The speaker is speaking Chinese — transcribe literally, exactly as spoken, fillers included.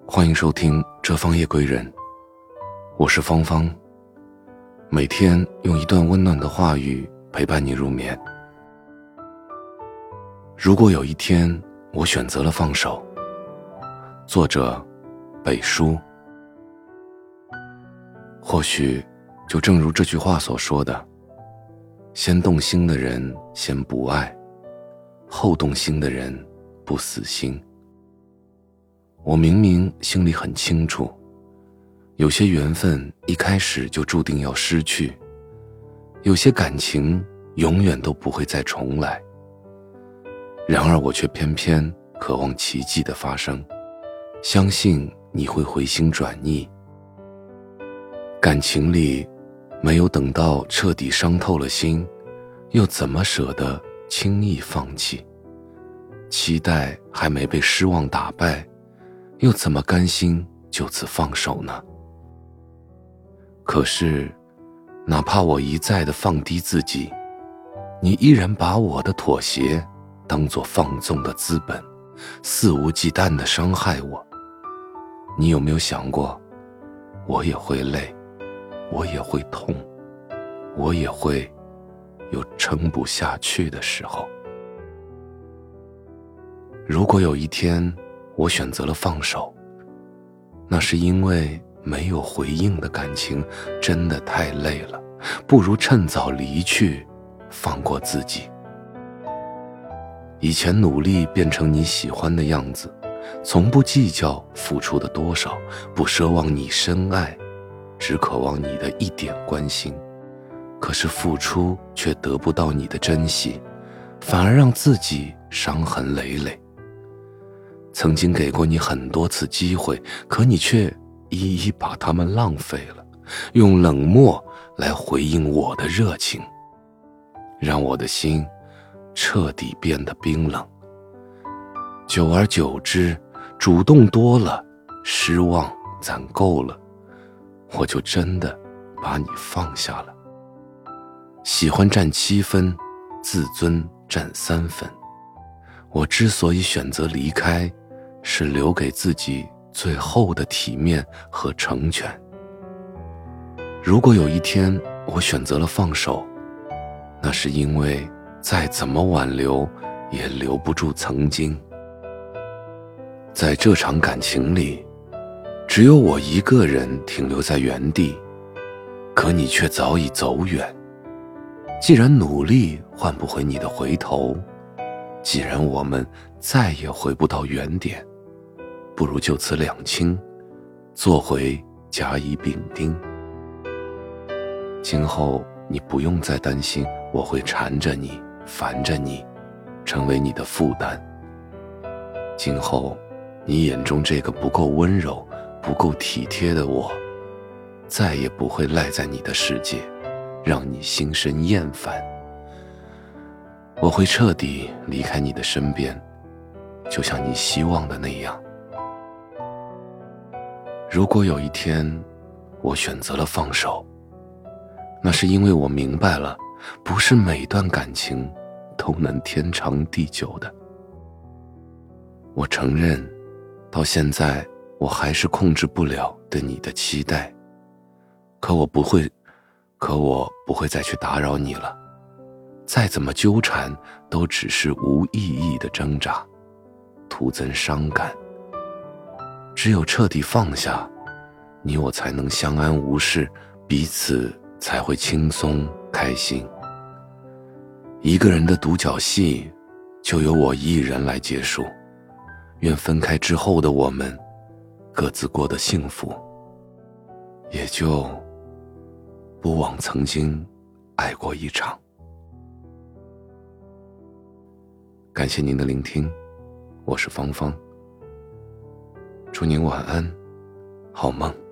欢迎收听这方夜归人，我是芳芳，每天用一段温暖的话语陪伴你入眠。如果有一天我选择了放手，作者北叔。或许就正如这句话所说的，先动心的人先不爱，后动心的人不死心。我明明心里很清楚，有些缘分一开始就注定要失去，有些感情永远都不会再重来。然而我却偏偏渴望奇迹的发生，相信你会回心转意。感情里没有等到彻底伤透了心，又怎么舍得轻易放弃？期待还没被失望打败，又怎么甘心就此放手呢？可是哪怕我一再地放低自己，你依然把我的妥协当作放纵的资本，肆无忌惮地伤害我。你有没有想过，我也会累，我也会痛，我也会有撑不下去的时候。如果有一天我选择了放手，那是因为没有回应的感情真的太累了，不如趁早离去，放过自己。以前努力变成你喜欢的样子，从不计较付出的多少，不奢望你深爱，只渴望你的一点关心。可是付出却得不到你的珍惜，反而让自己伤痕累累。曾经给过你很多次机会，可你却一一把它们浪费了，用冷漠来回应我的热情，让我的心彻底变得冰冷。久而久之，主动多了，失望攒够了，我就真的把你放下了。喜欢占七分，自尊占三分。我之所以选择离开，是留给自己最后的体面和成全。如果有一天我选择了放手，那是因为再怎么挽留也留不住曾经。在这场感情里，只有我一个人停留在原地，可你却早已走远。既然努力换不回你的回头，既然我们再也回不到原点，不如就此两清，做回甲乙丙丁。今后你不用再担心我会缠着你，烦着你，成为你的负担。今后你眼中这个不够温柔，不够体贴的我，再也不会赖在你的世界，让你心生厌烦。我会彻底离开你的身边，就像你希望的那样。如果有一天我选择了放手，那是因为我明白了，不是每段感情都能天长地久的。我承认，到现在我还是控制不了对你的期待，可我不会可我不会再去打扰你了。再怎么纠缠，都只是无意义的挣扎，徒增伤感。只有彻底放下，你我才能相安无事，彼此才会轻松开心。一个人的独角戏，就由我一人来结束。愿分开之后的我们，各自过得幸福，也就不枉曾经爱过一场。感谢您的聆听，我是芳芳。祝您晚安，好梦。